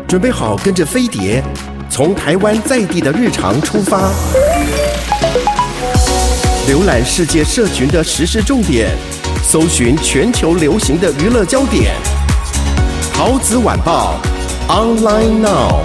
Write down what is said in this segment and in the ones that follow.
准备好跟着飞碟，从台湾在地的日常出发，浏览世界社群的时事重点，搜寻全球流行的娱乐焦点。桃子晚报 Online Now。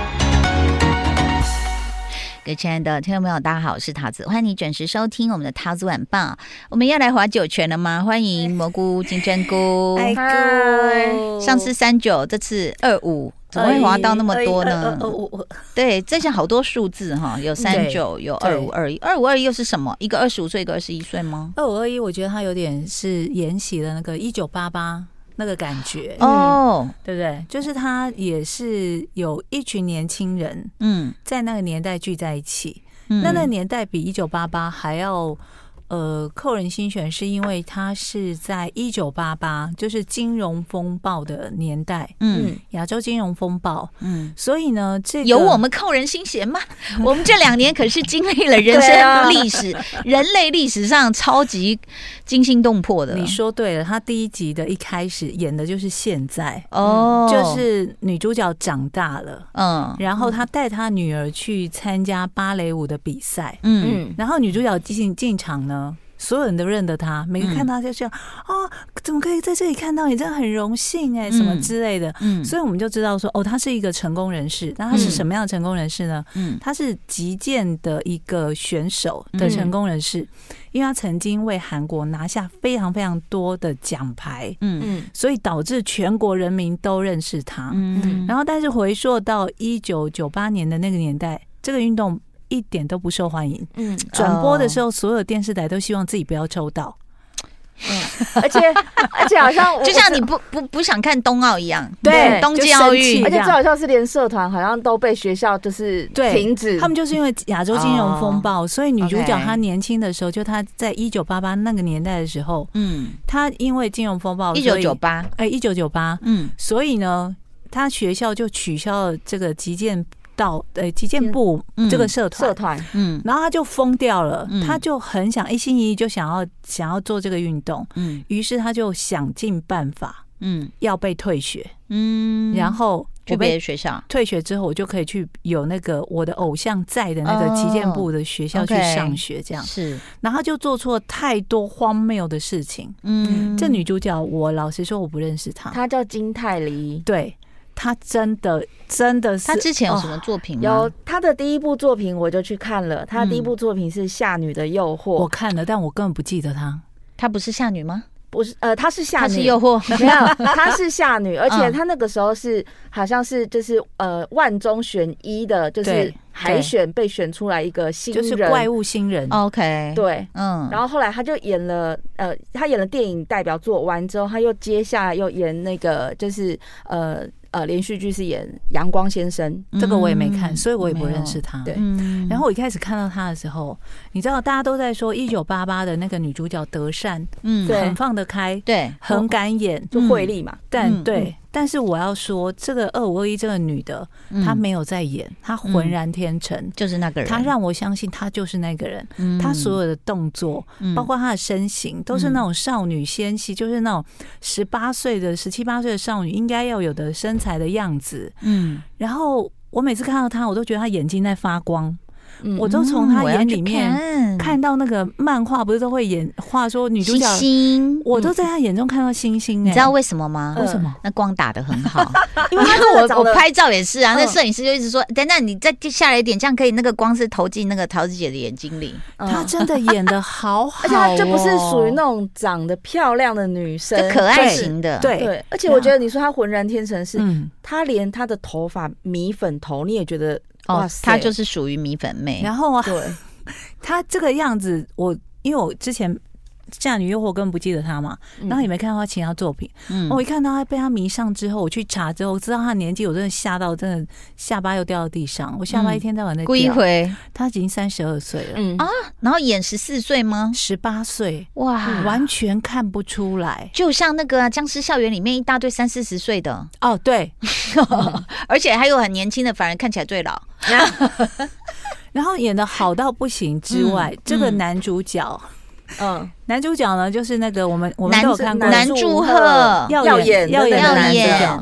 各位亲爱的听众朋友，大家好，我是桃子，欢迎你准时收听我们的桃子晚报。我们要来划酒泉了吗？欢迎蘑菇、金针菇。 嗨， 上次39，这次25，怎么会划到那么多呢？对，这些好多数字哈，有39，有25、21，25、21又是什么？一个25岁，一个21岁吗 ？25、21，我觉得它有点是沿袭了那个1988。那个感觉哦， 对不对？就是他也是有一群年轻人，在那个年代聚在一起。那个年代比1988还要扣人心弦，是因为它是在1988，就是金融风暴的年代，亚洲金融风暴，所以呢，这个有我们扣人心弦吗？我们这2年可是经历了人生历史、人类历史上超级惊心动魄的。 你说对了，他第一集的一开始演的就是现在，就是女主角长大了，然后她带她女儿去参加芭蕾舞的比赛，然后女主角进场呢。所有人都认得他，每个看他就这样怎么可以在这里看到你？真的很荣幸什么之类的。所以我们就知道说，他是一个成功人士。那他是什么样的成功人士呢？他是击剑的一个选手的成功人士，因为他曾经为韩国拿下非常非常多的奖牌，所以导致全国人民都认识他。然后，但是回溯到1998年的那个年代，这个运动一点都不受欢迎。转播的时候，所有电视台都希望自己不要抽到。 而且好像就像你不想看冬奥一样， 对， 冬季奥运， 而且最好像是连社团好像都被学校就是停止。 他们就是因为亚洲金融风暴，所以女主角她年轻的时候，就她在1988那个年代的时候，她因为金融风暴，1998，所以呢，她学校就取消了这个击剑部这个社团，然后他就疯掉了，他就很想一心一意就想要做这个运动，于是他就想尽办法，要被退学，然后去别的学校退学之后，我就可以去有那个我的偶像在的那个击剑部的学校去上学，这样是， 然后他就做错太多荒谬的事情，这女主角我老实说我不认识她， 她叫金泰梨， 对。他真的是， 他之前有什么作品吗？ 有他的第一部作品我就去看了，他的第一部作品是《夏女的诱惑》， 我看了，但我根本不记得他。 他不是夏女吗？ 不是，他是夏女， 他是诱惑， 没有，他是夏女，而且他那个时候是好像是就是万中选一的，就是海选被选出来一个新人， 就是怪物新人。 OK， 对，然后后来他就演了他演了电影代表作完之后，他又接下来又演那个就是连续剧是演《阳光先生》， 这个我也没看，所以我也不认识他。对，然后我一开始看到他的时候，你知道大家都在说1988的那个女主角德善，很放得开， 对， 很敢演， 就慧丽嘛。 但是我要说，这个2521这个女的，她没有在演，她浑然天成， 就是那个人。 她让我相信她就是那个人。她所有的动作，包括她的身形，都是那种少女纤细，就是那种17、18岁的少女应该要有的身材的样子。然后我每次看到她，我都觉得她眼睛在发光。我都从她眼里面看到那个漫画，不是都会演画说女主角星， 我都在她眼中看到星星。 你知道为什么吗？ 为什么？ 那光打得很好，因为我拍照也是啊，那摄影师就一直说，等等你再下来一点，这样可以那个光是投进那个桃子姐的眼睛里。 她真的演得好好， 而且她就不是属于那种长得漂亮的女生， 就可爱型的。 对，而且我觉得你说她浑然天成是，她连她的头发米粉头，你也觉得。 她就是属于米粉妹， 然后对， 她这个样子，因为我之前《夏女诱惑》根本不记得她嘛，然后也没看到她其他作品。我一看到她被她迷上之后，我去查之后知道她年纪，我真的吓到，真的下巴又掉到地上。我下巴一天到晚在掉。 归回， 她已经32岁了然后演14岁吗 ？18岁， 哇， 完全看不出来， 就像那个僵尸校园里面一大堆30、40岁的对， 而且还有很年轻的，反而看起来最老。 然后演得好到不行之外，这个男主角。男主角呢，就是那个我们都有看过男祝贺要演的男主角，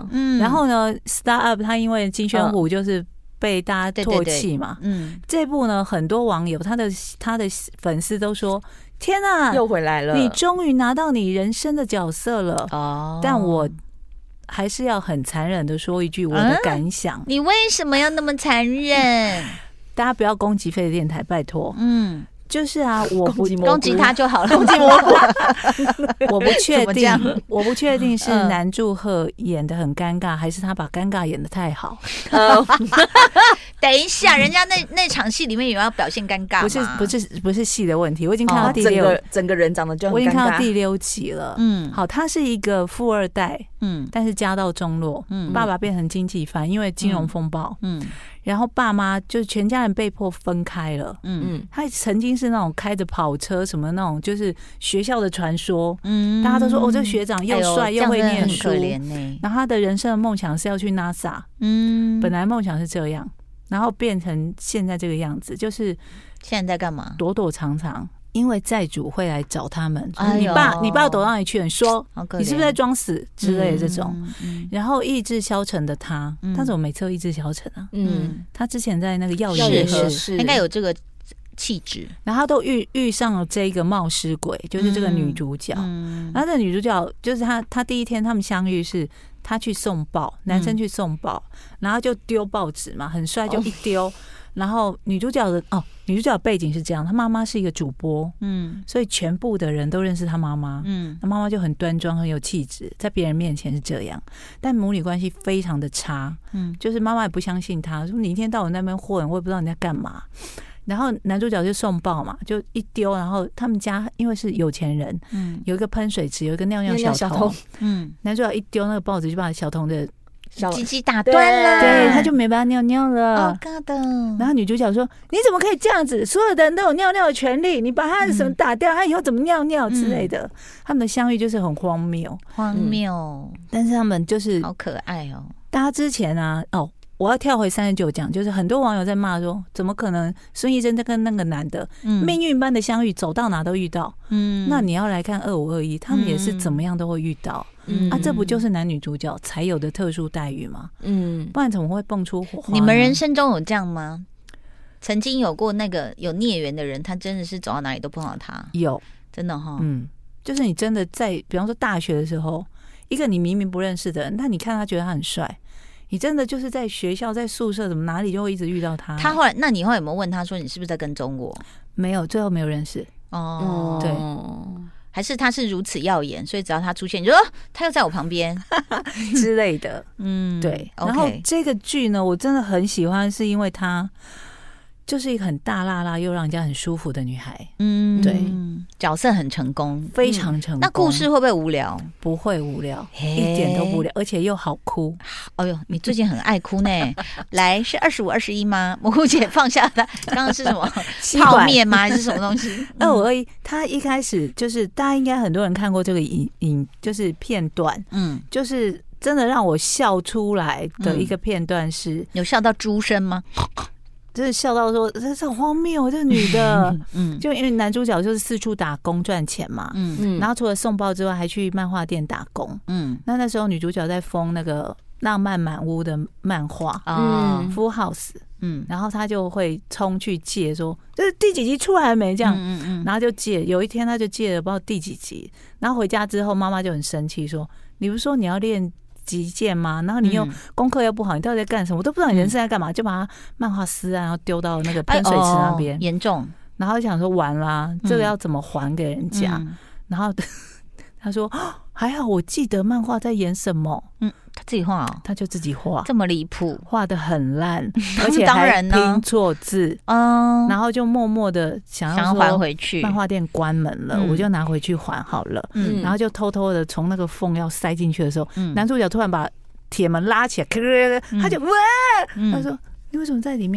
然后呢 ，Start Up 他因为金宣虎就是被大家唾弃嘛，这部呢，很多网友他的粉丝都说。天啊， 又回来了！ 你终于拿到你人生的角色了哦！但我还是要很残忍的说一句我的感想。 你为什么要那么残忍？ 大家不要攻击废的电台，拜托。就是啊，我不攻击他就好了。 攻击蘑菇，我不确定是南柱赫演的很尴尬，还是他把尴尬演得太好。 等一下，人家那场戏里面有要表现尴尬吗？ 不是戏的问题，我已经看到整个人长得就很尴尬。 我已经看到第6集了。好，他是一个富二代，但是家道中落，爸爸变成经济犯，因为金融风暴，然后爸妈就全家人被迫分开了。他曾经是那种开着跑车什么那种，就是学校的传说。大家都说这个学长又帅又会念书，然后他的人生的梦想是要去 NASA。本来梦想是这样，然后变成现在这个样子，就是现在在干嘛？ 躲躲藏藏。因为债主会来找他们，你爸躲到哪里去？你说你是不是在装死之类的这种？然后意志消沉的他怎么每次都意志消沉啊？他之前在那个药业是应该有这个气质， 然后他都遇上了这个冒失鬼，就是这个女主角。然后这个女主角就是他第一天他们相遇是他去送报，男生去送报，然后就丢报纸嘛，很帅就一丢。然后女主角的背景是这样，她妈妈是一个主播，所以全部的人都认识她妈妈，她妈妈就很端庄很有气质，在别人面前是这样，但母女关系非常的差，就是妈妈也不相信她，说你一天到晚那边混，我也不知道你在干嘛。然后男主角就送报嘛，就一丢，然后他们家因为是有钱人，有一个喷水池，有一个尿尿小童，男主角一丢那个报纸就把小童的鸡鸡打断了， 对，他就没办法尿尿了。 Oh God！ 然后女主角说：“你怎么可以这样子？所有的人都有尿尿的权利，你把他的什么打掉，他以后怎么尿尿之类的。”他们的相遇就是很荒谬，但是他们就是好可爱哦。 大家之前啊，我要跳回39讲，就是很多网友在骂说，怎么可能孙艺珍在跟那个男的命运般的相遇，走到哪都遇到。那你要来看2521，他们也是怎么样都会遇到。这不就是男女主角才有的特殊待遇吗？不然怎么会蹦出火花？ 你们人生中有这样吗？曾经有过那个有孽缘的人，他真的是走到哪里都碰到他？ 有， 真的哈。 就是你真的在，比方说大学的时候，一个你明明不认识的人，但你看他觉得他很帅。你真的就是在学校、在宿舍，怎么哪里就会一直遇到他？ 他后来，那你后来有没有问他说你是不是在跟踪我？ 没有，最后没有认识。对， 还是他是如此耀眼，所以只要他出现，你就说他又在我旁边之类的。对。然后这个剧呢，我真的很喜欢，是因为他就是一个很大辣辣又让人家很舒服的女孩。对， 角色很成功， 非常成功。 那故事会不会无聊？ 不会无聊，一点都不无聊，而且又好哭。 哎呦，你最近很爱哭呢。来，是25、21吗？蘑菇姐放下它，刚刚是什么？泡面吗？还是什么东西 ？2521，他一开始就是大家应该很多人看过这个影，就是片段，就是真的让我笑出来的一个片段是， 有笑到猪声吗？ 就是笑到说这是很荒谬，这个女的，就因为男主角就是四处打工赚钱嘛，然后除了送报之外，还去漫画店打工，那时候女主角在封那个浪漫满屋的漫画，Full House，然后他就会冲去借说，这是第几集出来没这样，然后就借，有一天他就借了不知道第几集，然后回家之后妈妈就很生气说，你不是说你要练击剑吗？然后你又功课又不好，你到底在干什么？我都不知道你人生在干嘛，就把他漫画撕啊，然后丢到那个喷水池那边， 严重。 然后想说完啦，这个要怎么还给人家？然后他说还好，我记得漫画在演什么。 他自己画他就自己画， 这么离谱， 画得很烂，而且还拼错字，然后就默默的想要还回去。 漫画店关门了，我就拿回去还好了。然后就偷偷的从那个缝要塞进去的时候，男主角突然把铁门拉起来，他就哇，他说你为什么在里面？说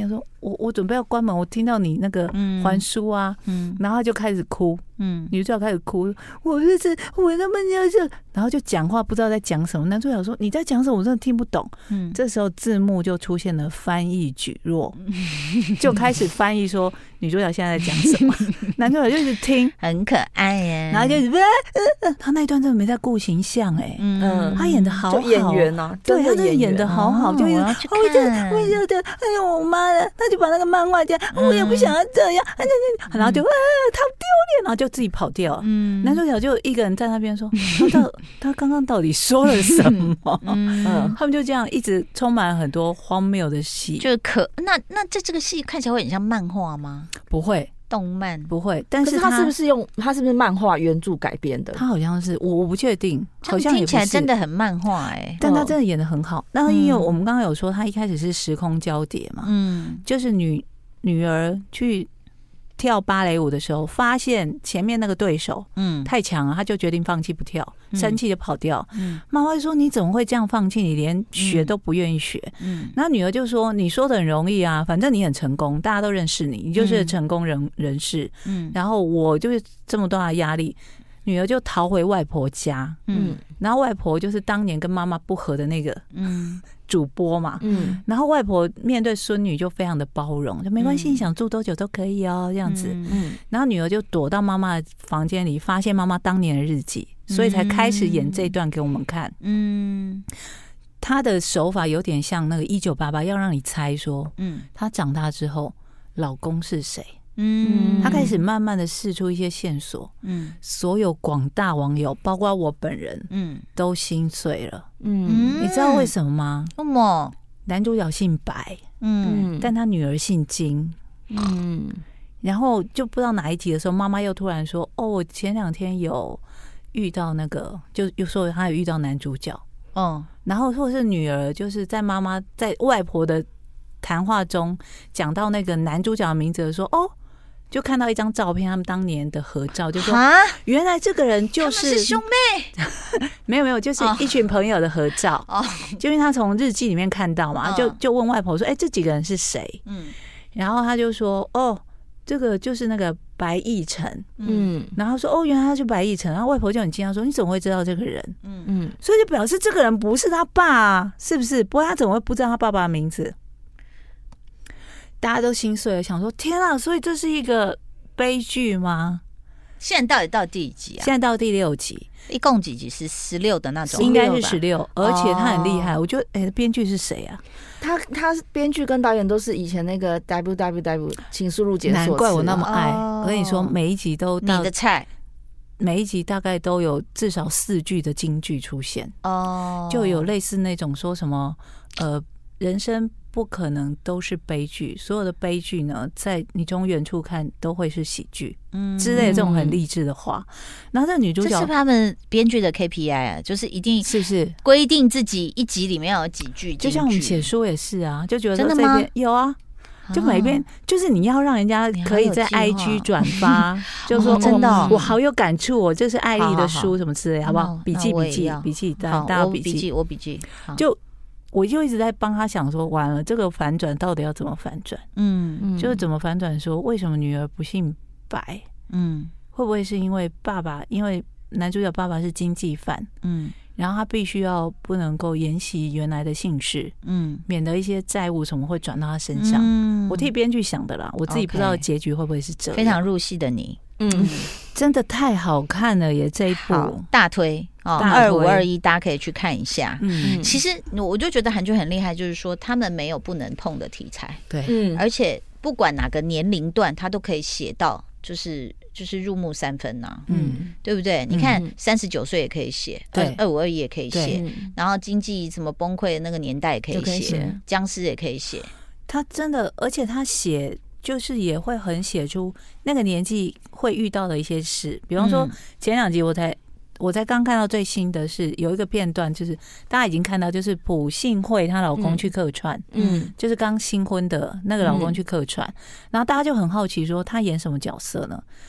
我准备要关门，我听到你那个还书啊，然后他就开始哭，女主角开始哭，我那么就是，然后就讲话不知道在讲什么。男主角说你在讲什么，我真的听不懂。这时候字幕就出现了翻译举弱，就开始翻译说女主角现在在讲什么，男主角就一直听， 很可爱耶， 然后就他那一段真的没在顾形象哎，他演的好好， 演员啊， 对他真的演的好好，就一直我觉得哎呦我妈的，他就把那个漫画家，我也不想要这样，然后就他丢脸，然后就自己跑掉。男主角就一个人在那边说，他刚刚到底说了什么？他们就这样一直充满很多荒谬的戏， 就那这个戏看起来会很像漫画吗？ 不会。 动漫不会，但是他是不是漫画原著改编的？ 他好像是，我不确定，好像听起来真的很漫画哎， 但他真的演得很好。那因为我们刚刚有说，他一开始是时空交叠嘛，就是女儿去跳芭蕾舞的时候，发现前面那个对手太强了，他就决定放弃不跳，生气就跑掉。妈妈就说你怎么会这样放弃？你连学都不愿意学。然后女儿就说你说的很容易啊，反正你很成功，大家都认识你，你就是成功人士。然后我就是这么大的压力。女儿就逃回外婆家，然后外婆就是当年跟妈妈不和的那个主播嘛，然后外婆面对孙女就非常的包容，就没关系，你想住多久都可以哦，这样子。然后女儿就躲到妈妈的房间里，发现妈妈当年的日记，所以才开始演这一段给我们看。她的手法有点像那个1988，要让你猜说，她长大之后老公是谁。他开始慢慢的释出一些线索，所有广大网友，包括我本人，都心碎了。你知道为什么吗？ 为什么？ 男主角姓白，但他女儿姓金，然后就不知道哪一集的时候，妈妈又突然说：“哦，我前2天有遇到那个，就又说他有遇到男主角。”然后或是女儿就是在妈妈在外婆的谈话中讲到那个男主角的名字的时候，就看到一张照片，他们当年的合照，就说原来这个人就是兄妹， 没有，就是一群朋友的合照。就因为他从日记里面看到嘛，就问外婆说：“这几个人是谁？”然后他就说：“这个就是那个白亦辰。”然后说：“原来他是白亦辰。”然后外婆就很惊讶说：“你怎么会知道这个人？”所以就表示这个人不是他爸，是不是？不过他怎么会不知道他爸爸的名字？大家都心碎了，想说天啊！所以这是一个悲剧吗？ 现在到底第几集啊？ 现在到第6集， 一共几集？是16的那种， 应该是16。而且他很厉害，我觉得编剧是谁啊？ 他编剧跟导演都是以前那个 WWW 请速入解锁， 难怪我那么爱。我跟你说，每一集都你的菜， 每一集大概都有至少4句的金句出现。就有类似那种说什么人生不可能都是悲剧，所有的悲剧呢，在你从远处看都会是喜剧，之类的这种很励志的话。然后这女主角， 这是他们编剧的 KPI 啊，就是一定是不是规定自己一集里面要有几句， 就像我们写书也是啊，就觉得真的吗？ 有啊，就每篇就是你要让人家可以在 IG 转发，就说真的， 我好有感触，我这是艾丽的书什么之类，好不好？笔记，大家笔记， 我笔记， 我就一直在帮他想说，完了这个反转到底要怎么反转？就是怎么反转？说为什么女儿不姓白？会不会是因为因为男主角爸爸是经济犯，然后他必须要不能够沿袭原来的姓氏，免得一些债务什么会转到他身上。我替编剧想的啦，我自己不知道结局会不会是这样。 非常入戏的你， 真的太好看了耶！这一部大推2521，大家可以去看一下。其实我就觉得韩剧很厉害，就是说他们没有不能碰的题材， 对， 而且不管哪个年龄段，他都可以写到，就是入木三分呐，对不对？你看39岁也可以写，对，2521也可以写，然后经济什么崩溃的那个年代也可以写，僵尸也可以写。 他真的，而且他写。就是也会很写出那个年纪会遇到的一些事，比方说前2集我才刚看到最新的是有一个片段，就是大家已经看到，就是朴信惠她老公去客串，就是刚新婚的那个老公去客串，然后大家就很好奇说他演什么角色呢？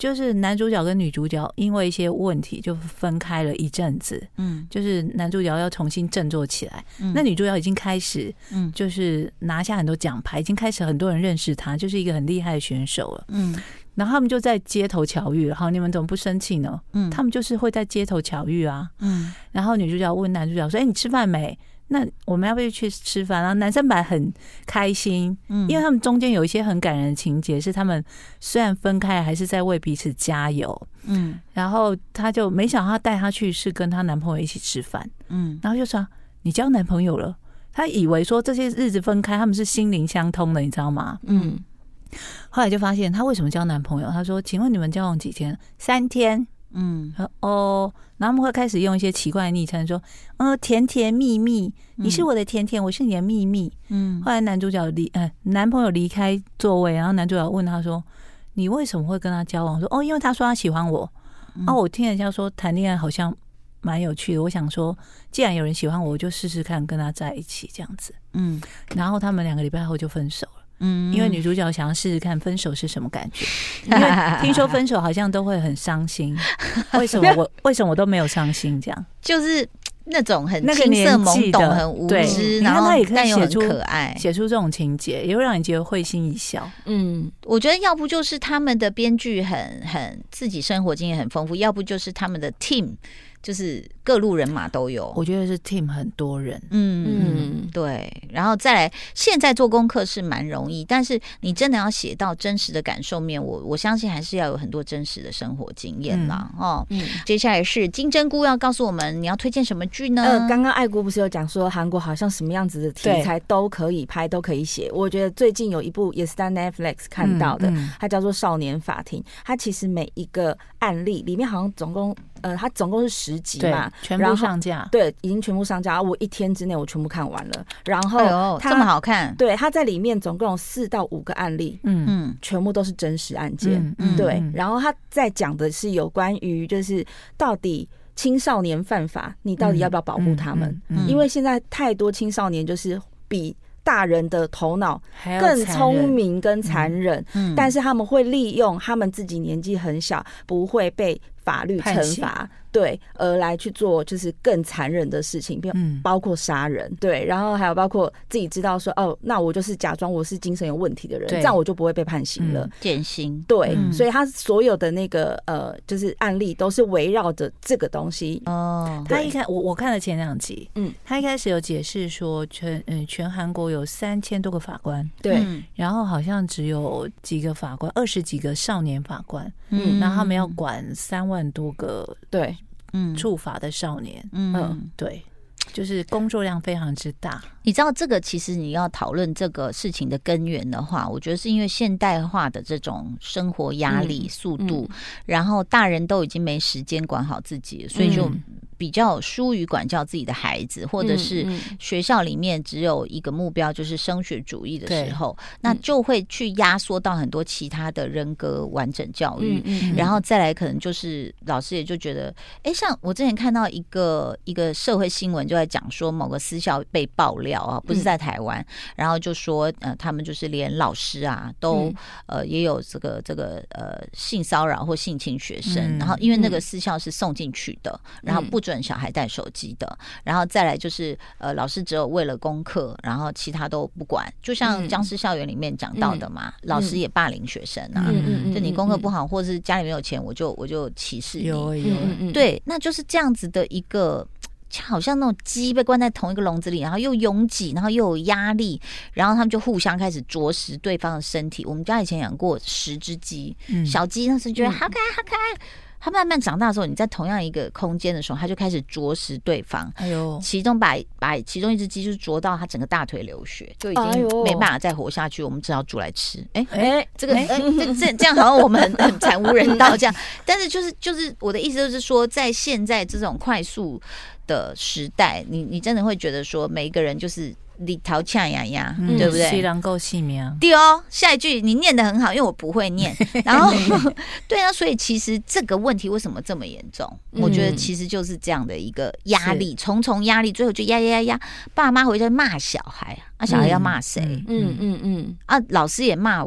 就是男主角跟女主角因为一些问题就分开了一阵子，就是男主角要重新振作起来，那女主角已经开始，就是拿下很多奖牌，已经开始很多人认识她，就是一个很厉害的选手了，然后他们就在街头巧遇，好，你们怎么不生气呢？他们就是会在街头巧遇啊，然后女主角问男主角说：“你吃饭没？那我们要不要去吃饭？”然后男生本来很开心，因为他们中间有一些很感人的情节，是他们虽然分开，还是在为彼此加油。然后他就没想到他带他去是跟他男朋友一起吃饭，然后就说：“你交男朋友了？”他以为说这些日子分开，他们是心灵相通的，你知道吗？后来就发现他为什么交男朋友？他说：“请问你们交往几天？3天。”哦，然后他们会开始用一些奇怪的昵称，说：“甜甜蜜蜜，你是我的甜甜，我是你的蜜蜜。”后来男朋友离开座位，然后男主角问他说：“你为什么会跟他交往？”说：“因为他说他喜欢我。”我听人家说谈恋爱好像蛮有趣的，我想说，既然有人喜欢我，我就试试看跟他在一起这样子。然后他们2个礼拜后就分手了。因为女主角想要试试看分手是什么感觉，因为听说分手好像都会很伤心，为什么我都没有伤心？这样就是那种很青涩懵懂、很无知，然后但又很可爱， 写出这种情节，也会让你觉得会心一笑。 我觉得要不就是他们的编剧很自己生活经验很丰富，要不就是他们的 team。就是各路人马都有， 我觉得是 team 很多人， 对，然后再来，现在做功课是蛮容易，但是你真的要写到真实的感受面，我相信还是要有很多真实的生活经验啦。接下来是金针菇要告诉我们，你要推荐什么剧呢？ 刚刚爱菇不是有讲说韩国好像什么样子的题材都可以拍，都可以写。我觉得最近有一部也是在 Netflix 看到的，它叫做《少年法庭》，它其实每一个案例里面好像它总共是10集嘛， 全部上架， 对，已经全部上架。我1天之内我全部看完了。然后这么好看， 对，它在里面总共有4到5个案例，全部都是真实案件，对。然后他在讲的是有关于就是到底青少年犯法，你到底要不要保护他们？因为现在太多青少年就是比大人的头脑更聪明跟残忍，但是他们会利用他们自己年纪很小，不会被法律惩罚，对，而来去做就是更残忍的事情，包括杀人，对，然后还有包括自己知道说那我就是假装我是精神有问题的人，这样我就不会被判刑了， 减刑， 对，所以他所有的那个就是案例都是围绕着这个东西。 他一开我看了前2集，他一开始有解释说全韩国有3000多个法官， 对， 然后好像只有几个法官，20几个少年法官，然后他们要管3万多个对触法的少年，对，就是工作量非常之大。 你知道这个其实你要讨论这个事情的根源的话，我觉得是因为现代化的这种生活压力、速度，然后大人都已经没时间管好自己，所以就比较疏于管教自己的孩子，或者是学校里面只有一个目标就是升学主义的时候，那就会去压缩到很多其他的人格完整教育，然后再来可能就是老师也就觉得，像我之前看到一个社会新闻就在讲说某个私校被爆料啊，不是在台湾，然后就说他们就是连老师啊都也有这个性骚扰或性侵学生，然后因为那个私校是送进去的，然后不准小孩带手机的，然后再来就是老师只有为了功课，然后其他都不管，就像僵尸校园里面讲到的嘛，老师也霸凌学生啊，就你功课不好或者是家里没有钱，我就歧视你， 有对，那就是这样子的一个。好像那种鸡被关在同一个笼子里，然后又拥挤，然后又有压力，然后他们就互相开始啄食对方的身体。我们家以前养过10只鸡，小鸡那时候觉得好可爱好可爱，它慢慢长大的时候，你在同样一个空间的时候，它就开始啄食对方。其中把其中一只鸡就是啄到它整个大腿流血，就已经没办法再活下去，我们只好煮来吃。这样好像我们很惨无人道这样，但是就是我的意思就是说，在现在这种快速的时代，你真的会觉得说，每一个人就是里头呛呀呀，对不对？ 虽然够细苗， 对哦。下一句你念得很好，因为我不会念。然后对啊，所以其实这个问题为什么这么严重？我觉得其实就是这样的一个压力，重重压力，最后就压，爸妈回家骂小孩啊，小孩要骂谁？老师也骂我。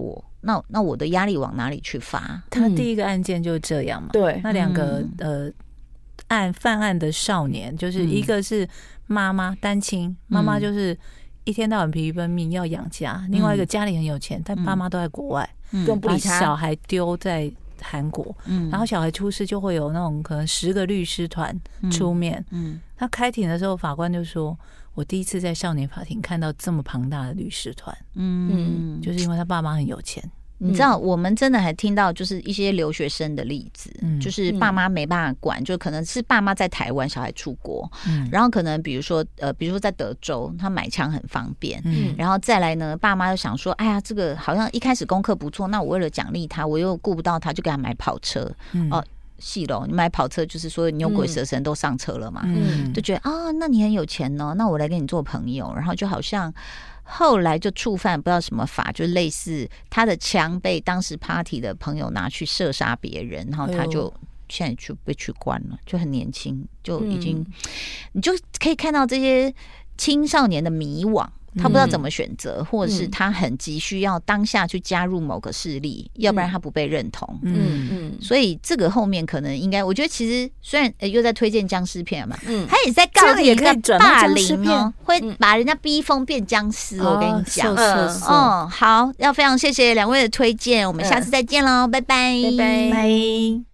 那我的压力往哪里去发？ 他第一个案件就这样嘛。 对， 那2个犯案的少年，就是一个是妈妈单亲，妈妈就是一天到晚疲于奔命要养家，另外一个家里很有钱，但爸妈都在国外，把小孩丢在韩国，然后小孩出事就会有那种可能10个律师团出面。他开庭的时候，法官就说：“我第一次在少年法庭看到这么庞大的律师团。”就是因为他爸妈很有钱。 你知道，我们真的还听到就是一些留学生的例子，就是爸妈没办法管，就可能是爸妈在台湾，小孩出国，然后可能比如说在德州，他买枪很方便，然后再来呢，爸妈就想说，哎呀，这个好像一开始功课不错，那我为了奖励他，我又顾不到他，就给他买跑车，是咯，你买跑车就是说牛鬼蛇神都上车了嘛，就觉得啊，那你很有钱哦，那我来跟你做朋友，然后就好像。后来就触犯不知道什么法，就类似他的枪被当时 party 的朋友拿去射杀别人，然后他就现在就被去关了，就很年轻，就已经你就可以看到这些青少年的迷惘。他不知道怎么选择，或者是他很急需要当下去加入某个势力，要不然他不被认同。所以这个后面可能应该，我觉得其实虽然又在推荐僵尸片嘛，他也在告诉你一个霸凌哦，会把人家逼疯变僵尸。我跟你讲，好，要非常谢谢2位的推荐，我们下次再见喽，拜拜， 拜拜。